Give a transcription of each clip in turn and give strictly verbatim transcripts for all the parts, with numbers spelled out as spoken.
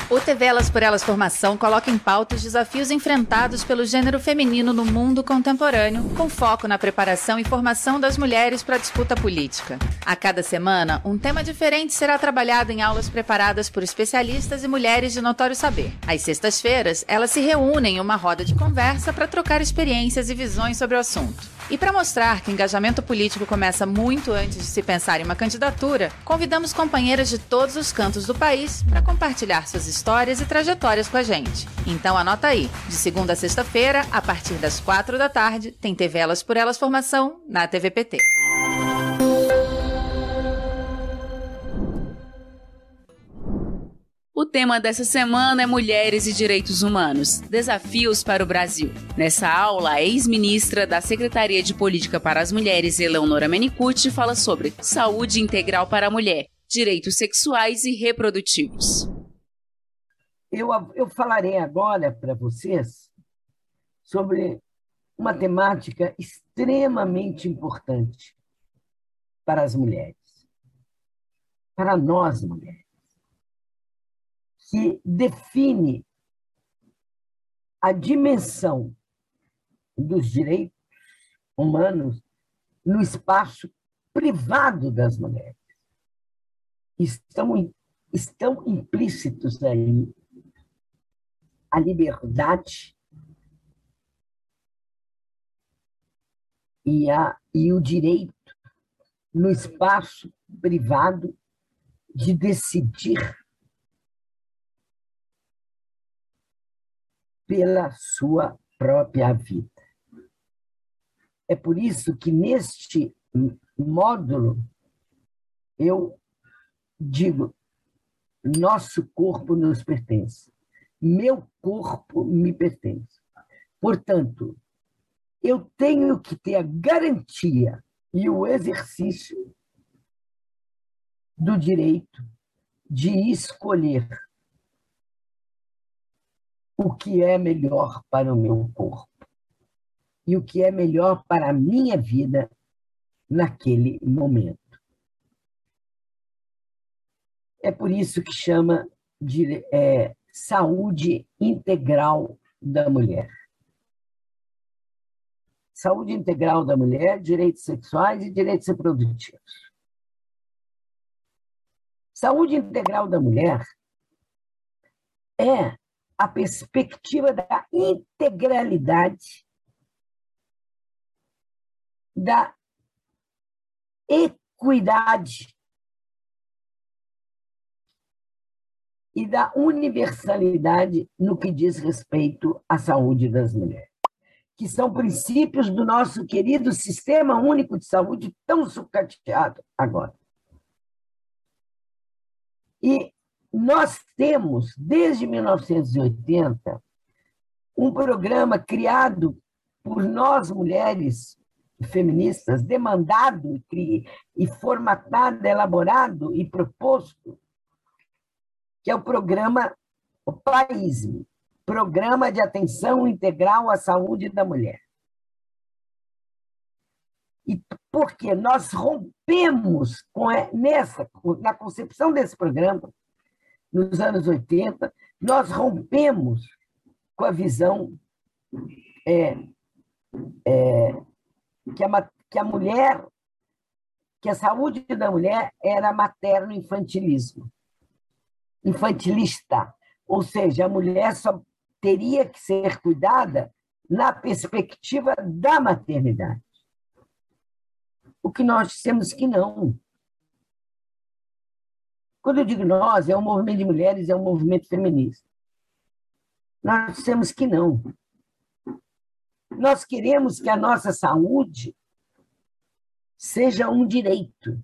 O T V Elas por Elas Formação coloca em pauta os desafios enfrentados pelo gênero feminino no mundo contemporâneo, com foco na preparação e formação das mulheres para a disputa política. A cada semana, um tema diferente será trabalhado em aulas preparadas por especialistas e mulheres de notório saber. Às sextas-feiras, elas se reúnem em uma roda de conversa para trocar experiências e visões sobre o assunto. E para mostrar que o engajamento político começa muito antes de se pensar em uma candidatura, convidamos companheiras de todos os cantos do país para compartilhar suas histórias e trajetórias com a gente. Então anota aí, de segunda a sexta-feira, a partir das quatro da tarde, tem T V Elas por Elas Formação na T V P T. O tema dessa semana é Mulheres e Direitos Humanos, Desafios para o Brasil. Nessa aula, a ex-ministra da Secretaria de Política para as Mulheres, Eleonora Menicucci, fala sobre saúde integral para a mulher, direitos sexuais e reprodutivos. Eu, eu falarei agora para vocês sobre uma temática extremamente importante para as mulheres, para nós mulheres, que define a dimensão dos direitos humanos no espaço privado das mulheres. Estão, estão implícitos aí a liberdade e, a, e o direito no espaço privado de decidir pela sua própria vida. É por isso que, neste módulo, eu digo, nosso corpo nos pertence, meu corpo me pertence. Portanto, eu tenho que ter a garantia e o exercício do direito de escolher o que é melhor para o meu corpo e o que é melhor para a minha vida naquele momento. É por isso que chama de é, saúde integral da mulher. Saúde integral da mulher, direitos sexuais e direitos reprodutivos. Saúde integral da mulher é a perspectiva da integralidade, da equidade e da universalidade no que diz respeito à saúde das mulheres, que são princípios do nosso querido Sistema Único de Saúde, tão sucateado agora. E nós temos, desde mil novecentos e oitenta, um programa criado por nós, mulheres feministas, demandado e formatado, elaborado e proposto, que é o programa o PAISME, Programa de Atenção Integral à Saúde da Mulher. E porque nós rompemos com nessa, na concepção desse programa, nos anos oitenta, nós rompemos com a visão é, é, que, a, que a mulher, que a saúde da mulher era materno-infantilismo, infantilista, ou seja, a mulher só teria que ser cuidada na perspectiva da maternidade. O que nós dissemos que não. Quando eu digo nós, é um movimento de mulheres, é um movimento feminista. Nós dissemos que não. Nós queremos que a nossa saúde seja um direito,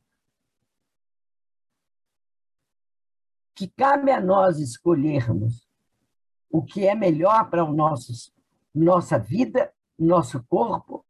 que cabe a nós escolhermos o que é melhor para o nosso, nossa vida, nosso corpo,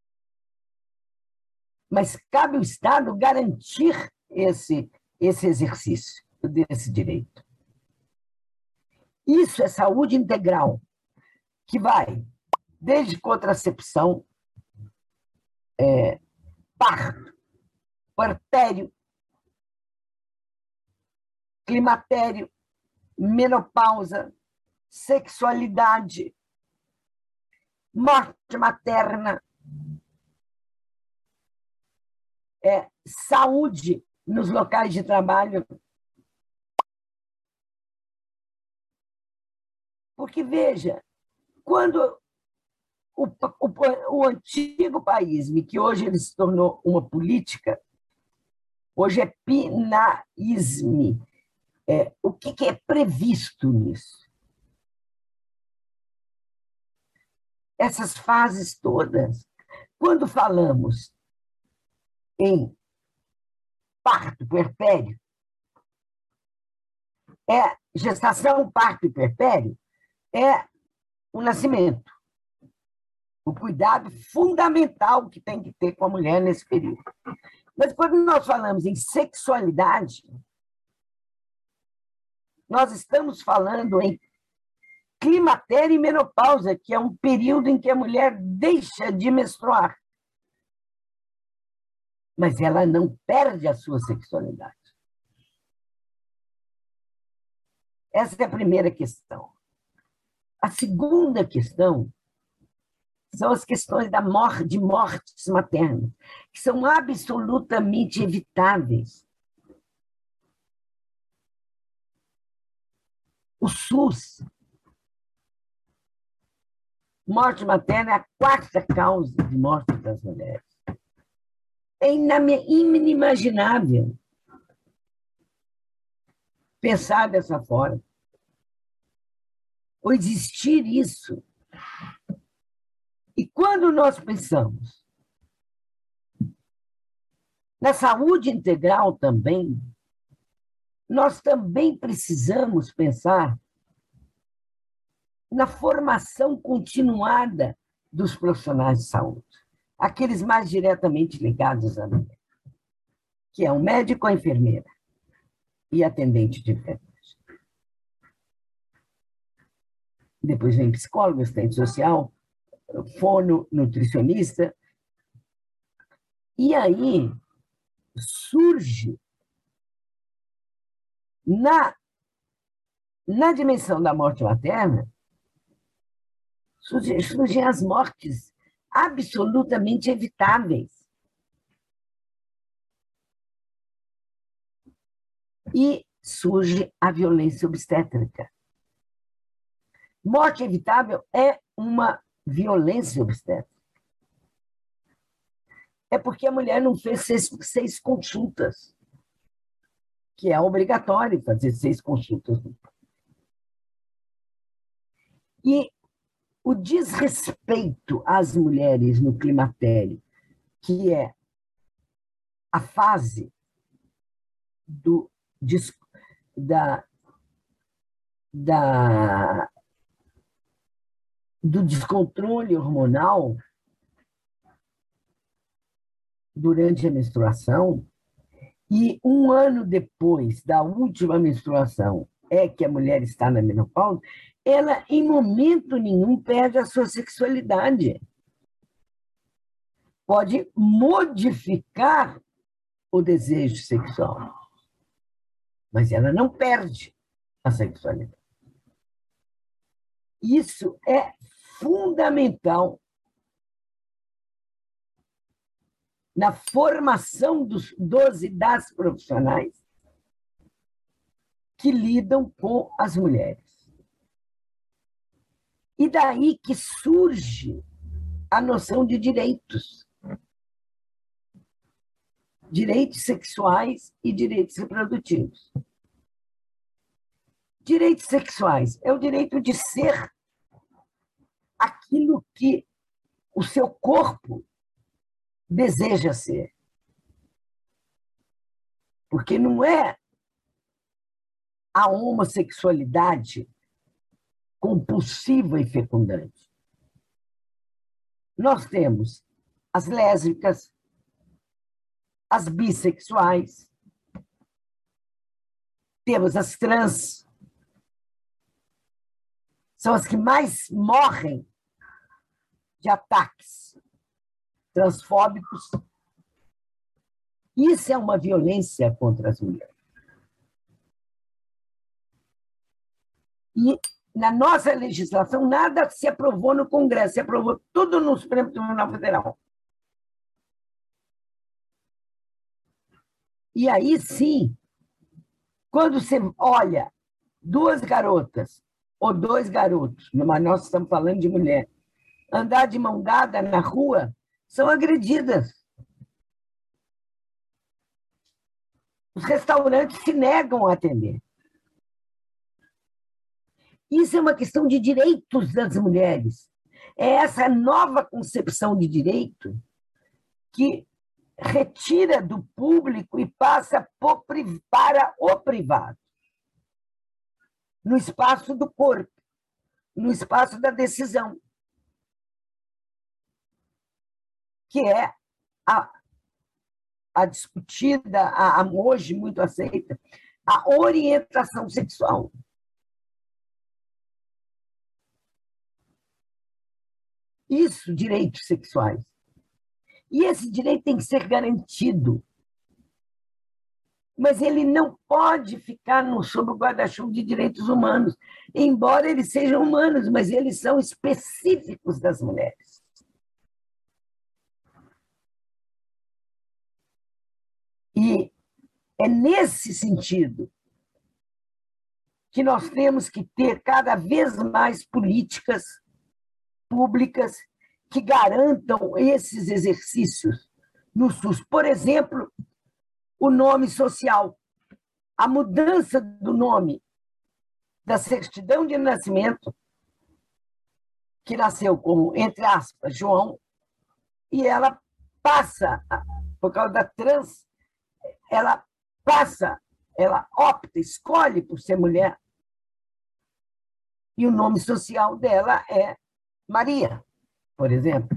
mas cabe ao Estado garantir esse esse exercício desse direito. Isso é saúde integral, que vai desde contracepção, é, parto, puerpério, climatério, menopausa, sexualidade, morte materna, é, saúde nos locais de trabalho. Porque, veja, quando o, o, o antigo paísmo, que hoje ele se tornou uma política, hoje é pinaísmo. É, o que, que é previsto nisso? Essas fases todas. Quando falamos em parto puerpério, é gestação, parto e puerpério, é o nascimento, o cuidado fundamental que tem que ter com a mulher nesse período. Mas quando nós falamos em sexualidade, nós estamos falando em climatério e menopausa, que é um período em que a mulher deixa de menstruar. Mas ela não perde a sua sexualidade. Essa é a primeira questão. A segunda questão são as questões da morte, de mortes maternas, que são absolutamente evitáveis. O SUS, morte materna é a quarta causa de morte das mulheres. É inimaginável pensar dessa forma, ou existir isso. E quando nós pensamos na saúde integral também, nós também precisamos pensar na formação continuada dos profissionais de saúde, aqueles mais diretamente ligados à mulher, que é o médico, a enfermeira e atendente de enfermagem. Depois vem psicólogo, assistente social, fono, nutricionista. E aí surge, na, na dimensão da morte materna, surgem, surgem as mortes absolutamente evitáveis. E surge a violência obstétrica. Morte evitável é uma violência obstétrica. É porque a mulher não fez seis, seis consultas, que é obrigatório fazer seis consultas. E o desrespeito às mulheres no climatério, que é a fase do, da, da, do descontrole hormonal durante a menstruação, e um ano depois da última menstruação é que a mulher está na menopausa, ela, em momento nenhum, perde a sua sexualidade. Pode modificar o desejo sexual, mas ela não perde a sexualidade. Isso é fundamental na formação dos, dos e das profissionais que lidam com as mulheres. E daí que surge a noção de direitos. Direitos sexuais e direitos reprodutivos. Direitos sexuais é o direito de ser aquilo que o seu corpo deseja ser. Porque não é a homossexualidade compulsiva e fecundante. Nós temos as lésbicas, as bissexuais, temos as trans, são as que mais morrem de ataques transfóbicos. Isso é uma violência contra as mulheres. E, na nossa legislação, nada se aprovou no Congresso, se aprovou tudo no Supremo Tribunal Federal. E aí, sim, quando você olha duas garotas ou dois garotos, mas nós estamos falando de mulher, andar de mão dada na rua, são agredidas. Os restaurantes se negam a atender. Isso é uma questão de direitos das mulheres. É essa nova concepção de direito que retira do público e passa para o privado, no espaço do corpo, no espaço da decisão, que é a, a discutida, a, a hoje muito aceita, a orientação sexual. Isso, direitos sexuais. E esse direito tem que ser garantido. Mas ele não pode ficar no, sob o guarda-chuva de direitos humanos, embora eles sejam humanos, mas eles são específicos das mulheres. E é nesse sentido que nós temos que ter cada vez mais políticas públicas que garantam esses exercícios no SUS. Por exemplo, o nome social. A mudança do nome da certidão de nascimento, que nasceu como, entre aspas, João, e ela passa, por causa da trans, ela passa, ela opta, escolhe por ser mulher, e o nome social dela é Maria, por exemplo.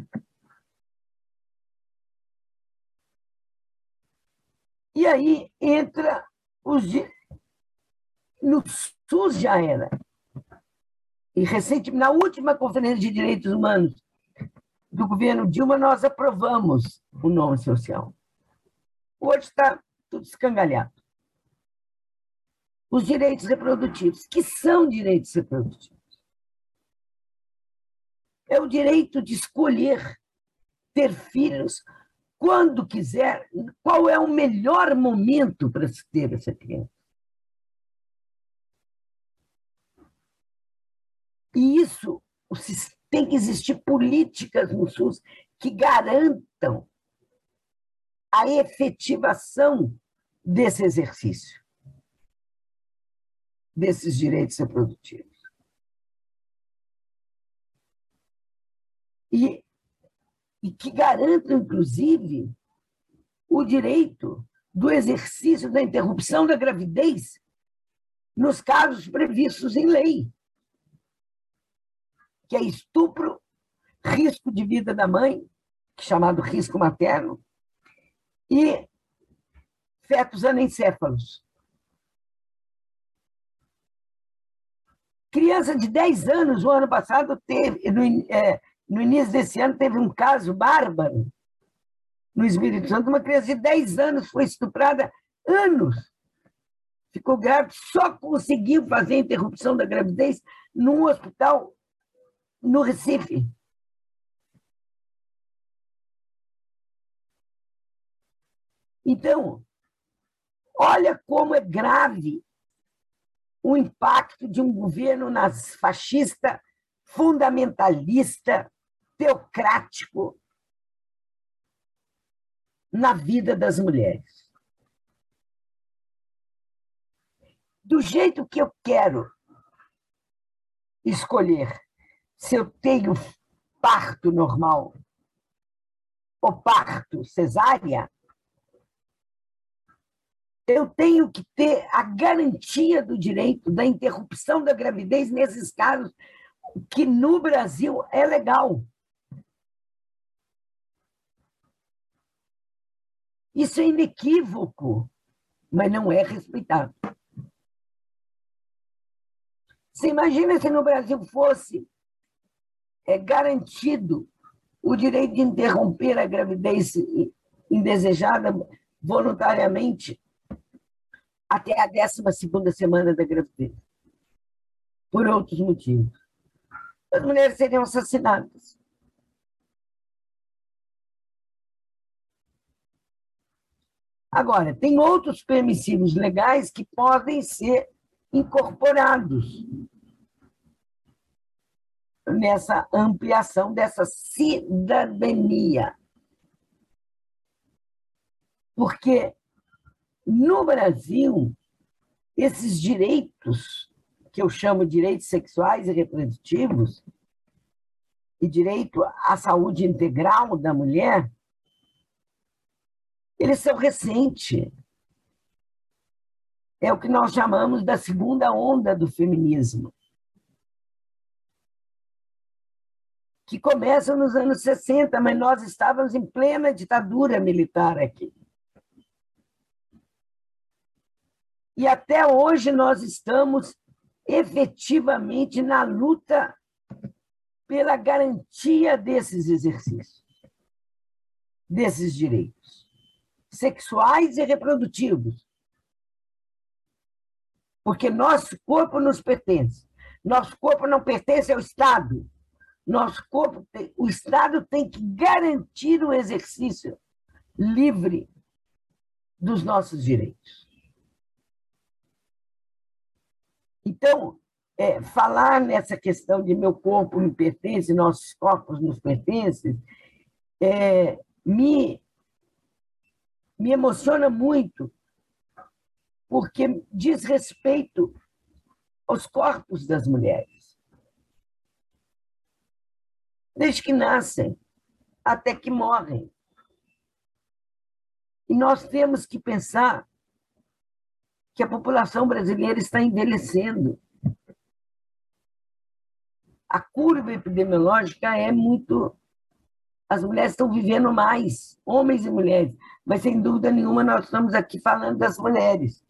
E aí entra os... No SUS já era. E recentemente, na última Conferência de Direitos Humanos do governo Dilma, nós aprovamos o nome social. Hoje está tudo escangalhado. Os direitos reprodutivos. Que são direitos reprodutivos? É o direito de escolher ter filhos quando quiser, qual é o melhor momento para se ter essa criança. E isso, tem que existir políticas no SUS que garantam a efetivação desse exercício, desses direitos reprodutivos. E, e que garantam, inclusive, o direito do exercício da interrupção da gravidez nos casos previstos em lei, que é estupro, risco de vida da mãe, chamado risco materno, e fetos anencéfalos. Criança de dez anos, o ano passado, teve, no, é, no início desse ano, teve um caso bárbaro no Espírito Santo. Uma criança de dez anos foi estuprada anos. Ficou grávida, só conseguiu fazer a interrupção da gravidez num hospital no Recife. Então, olha como é grave o impacto de um governo fascista, fundamentalista, teocrático na vida das mulheres. Do jeito que eu quero escolher se eu tenho parto normal ou parto cesárea, eu tenho que ter a garantia do direito da interrupção da gravidez nesses casos, que no Brasil é legal. Isso é inequívoco, mas não é respeitado. Você imagina se no Brasil fosse é, garantido o direito de interromper a gravidez indesejada voluntariamente até a décima segunda semana da gravidez. por outros motivos. As mulheres seriam assassinadas. Agora, tem outros permissivos legais que podem ser incorporados nessa ampliação dessa cidadania. Porque, no Brasil, esses direitos, que eu chamo de direitos sexuais e reprodutivos, e direito à saúde integral da mulher, eles são recentes. É o que nós chamamos da segunda onda do feminismo, que começa nos anos sessenta, mas nós estávamos em plena ditadura militar aqui. E até hoje nós estamos efetivamente na luta pela garantia desses exercícios, desses direitos sexuais e reprodutivos. Porque nosso corpo nos pertence. Nosso corpo não pertence ao Estado. Nosso corpo, o Estado tem que garantir o exercício livre dos nossos direitos. Então, é, falar nessa questão de meu corpo me pertence, nossos corpos nos pertencem, é, me, me emociona muito, porque diz respeito aos corpos das mulheres. Desde que nascem até que morrem. E nós temos que pensar que a população brasileira está envelhecendo. A curva epidemiológica é muito... As mulheres estão vivendo mais, homens e mulheres, mas, sem dúvida nenhuma, nós estamos aqui falando das mulheres.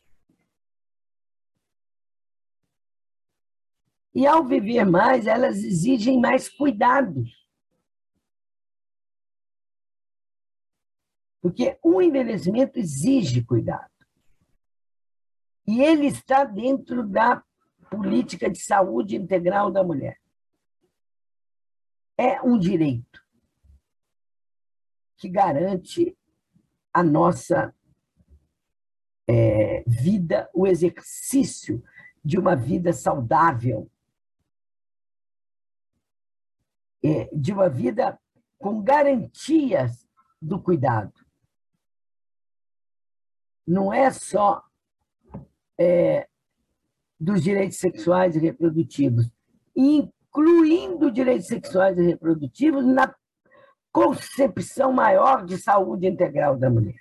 E, ao viver mais, elas exigem mais cuidados. Porque o envelhecimento exige cuidado. E ele está dentro da política de saúde integral da mulher. É um direito que garante a nossa é, vida, o exercício de uma vida saudável, é, de uma vida com garantias do cuidado. Não é só é, dos direitos sexuais e reprodutivos, incluindo direitos sexuais e reprodutivos na concepção maior de saúde integral da mulher.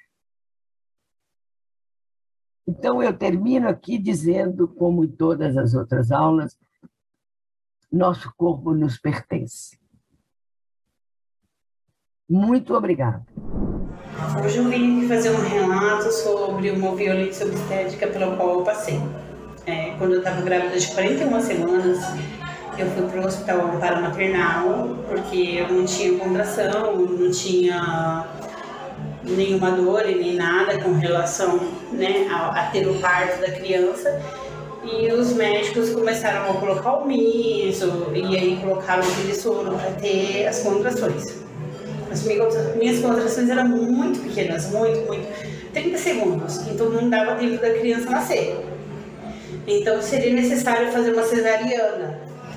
Então, eu termino aqui dizendo, como em todas as outras aulas, nosso corpo nos pertence. Muito obrigada. Hoje eu vim aqui fazer um relato sobre uma violência obstétrica pela qual eu passei. É, quando eu estava grávida de quarenta e uma semanas, eu fui para o hospital Amparo Maternal, porque eu não tinha contração, não tinha nenhuma dor e nem nada com relação, né, a, a ter o parto da criança. E os médicos começaram a colocar o miso, e aí colocaram aquele soro para ter as contrações. As minhas contrações eram muito pequenas, muito, muito, trinta segundos, então não dava tempo da criança nascer. Então seria necessário fazer uma cesariana.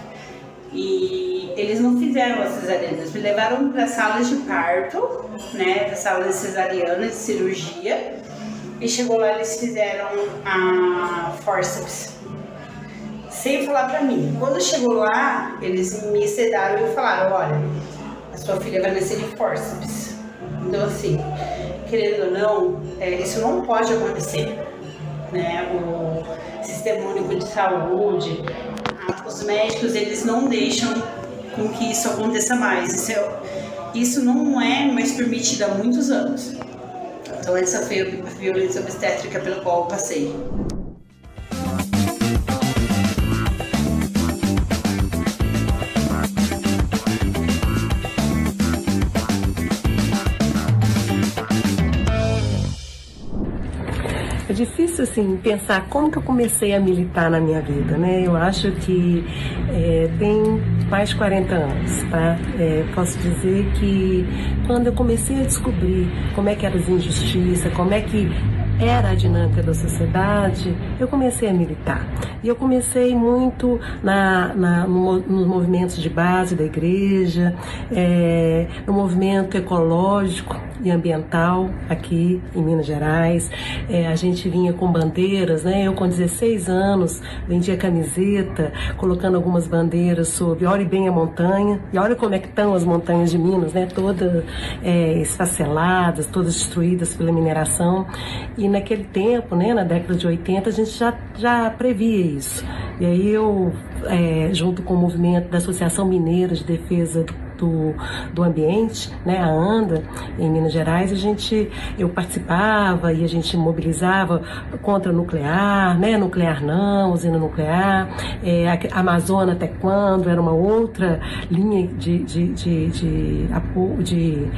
E eles não fizeram a cesariana, eles me levaram para salas de parto, né, para salas de cesariana, de cirurgia, e chegou lá, eles fizeram a forceps, sem falar para mim. Quando chegou lá, eles me sedaram e falaram: olha, a sua filha vai nascer de forceps. Então, assim, querendo ou não, é, isso não pode acontecer, né? O Sistema Único de Saúde, os médicos, eles não deixam com que isso aconteça mais. Isso, é, isso não é mais permitido há muitos anos. Então, essa foi a violência obstétrica pela qual eu passei. É difícil difícil, assim, pensar como que eu comecei a militar na minha vida, né? Eu acho que é, tem mais de quarenta anos, tá? É, posso dizer que quando eu comecei a descobrir como é que era as injustiças, como é que era a dinâmica da sociedade, eu comecei a militar. E eu comecei muito na, na, no, nos movimentos de base da igreja, é, no movimento ecológico e ambiental aqui em Minas Gerais. É, a gente vinha com bandeiras, né? Eu com dezesseis anos vendia camiseta, colocando algumas bandeiras sobre olhe bem a montanha, e olha como é que estão as montanhas de Minas, né? Todas é, esfaceladas, todas destruídas pela mineração. E naquele tempo, né, na década de oitenta, a gente já, já previa isso. E aí eu, é, junto com o movimento da Associação Mineira de Defesa do Do, do ambiente, né, a ANDA, em Minas Gerais, a gente, eu participava e a gente mobilizava contra o nuclear, né, nuclear não, usina nuclear, é, a Amazônia até quando, era uma outra linha de, de, de, de, de, de,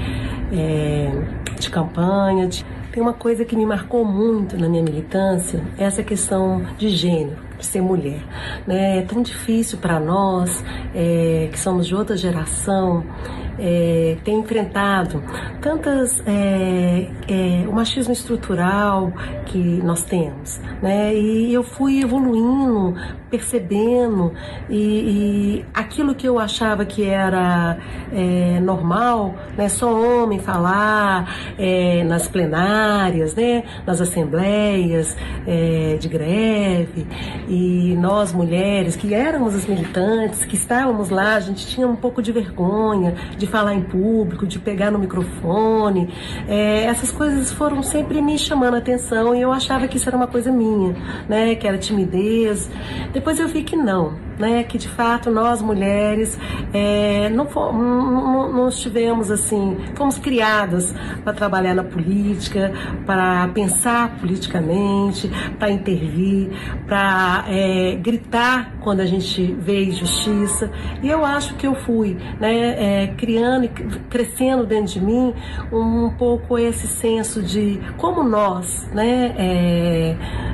é, de campanha. De... Tem uma coisa que me marcou muito na minha militância, essa questão de gênero, de ser mulher, né? É tão difícil para nós, é, que somos de outra geração, é, ter enfrentado tantas, é, é, o machismo estrutural que nós temos, né? E eu fui evoluindo, percebendo, e, e aquilo que eu achava que era é, normal, né? Só homem falar é, nas plenárias, né? Nas assembleias é, de greve. E nós, mulheres, que éramos as militantes, que estávamos lá, a gente tinha um pouco de vergonha de falar em público, de pegar no microfone. É, essas coisas foram sempre me chamando a atenção e eu achava que isso era uma coisa minha, né? Que era timidez. Depois eu vi que não, né? Que de fato nós, mulheres, é, não, fomos, não, não estivemos assim, fomos criadas para trabalhar na política, para pensar politicamente, para intervir, para É, gritar quando a gente vê injustiça. E eu acho que eu fui, né, é, criando e crescendo dentro de mim um pouco esse senso de como nós, né, é,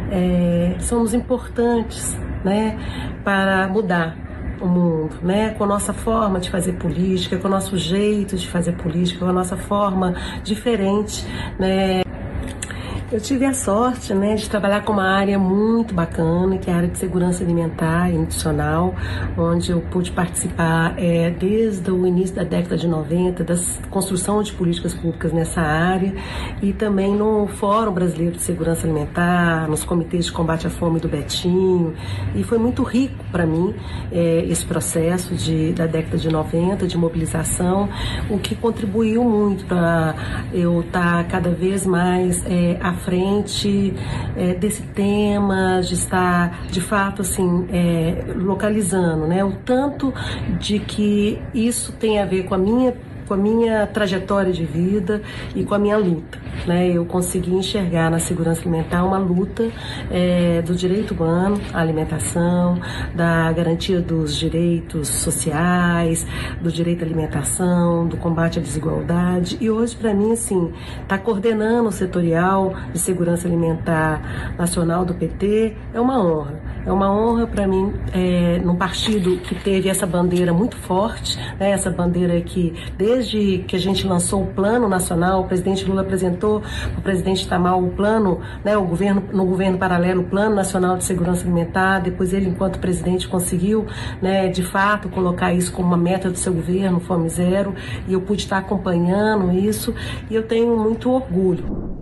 é, somos importantes, né, para mudar o mundo, né, com a nossa forma de fazer política, com o nosso jeito de fazer política, com a nossa forma diferente, né. Eu tive a sorte, né, de trabalhar com uma área muito bacana, que é a área de segurança alimentar e nutricional, onde eu pude participar é, desde o início da década de noventa, da construção de políticas públicas nessa área, e também no Fórum Brasileiro de Segurança Alimentar, nos comitês de combate à fome do Betinho, e foi muito rico para mim é, esse processo de, da década de noventa, de mobilização, o que contribuiu muito para eu estar cada vez mais é, à frente é, desse tema, de estar de fato assim é, localizando, né, o tanto de que isso tem a ver com a minha com a minha trajetória de vida e com a minha luta, né? Eu consegui enxergar na segurança alimentar uma luta é, do direito humano à alimentação, da garantia dos direitos sociais, do direito à alimentação, do combate à desigualdade. E hoje, para mim, assim, tá coordenando o setorial de segurança alimentar nacional do P T é uma honra. É uma honra para mim, é, num partido que teve essa bandeira muito forte, né? Essa bandeira que desde que a gente lançou o Plano Nacional, o presidente Lula apresentou para o presidente Itamar o plano, né, o governo, no governo paralelo, o Plano Nacional de Segurança Alimentar. Depois ele, enquanto presidente, conseguiu, né, de fato, colocar isso como uma meta do seu governo, Fome Zero, e eu pude estar acompanhando isso, e eu tenho muito orgulho.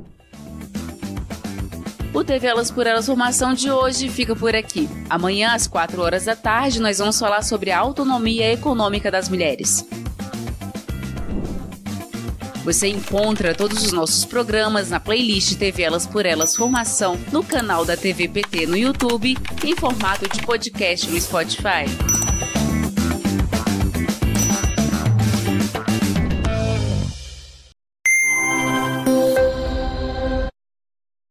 O T V Elas por Elas Formação de hoje fica por aqui. Amanhã, às quatro horas da tarde, nós vamos falar sobre a autonomia econômica das mulheres. Você encontra todos os nossos programas na playlist T V Elas por Elas Formação, no canal da T V P T no YouTube, em formato de podcast no Spotify.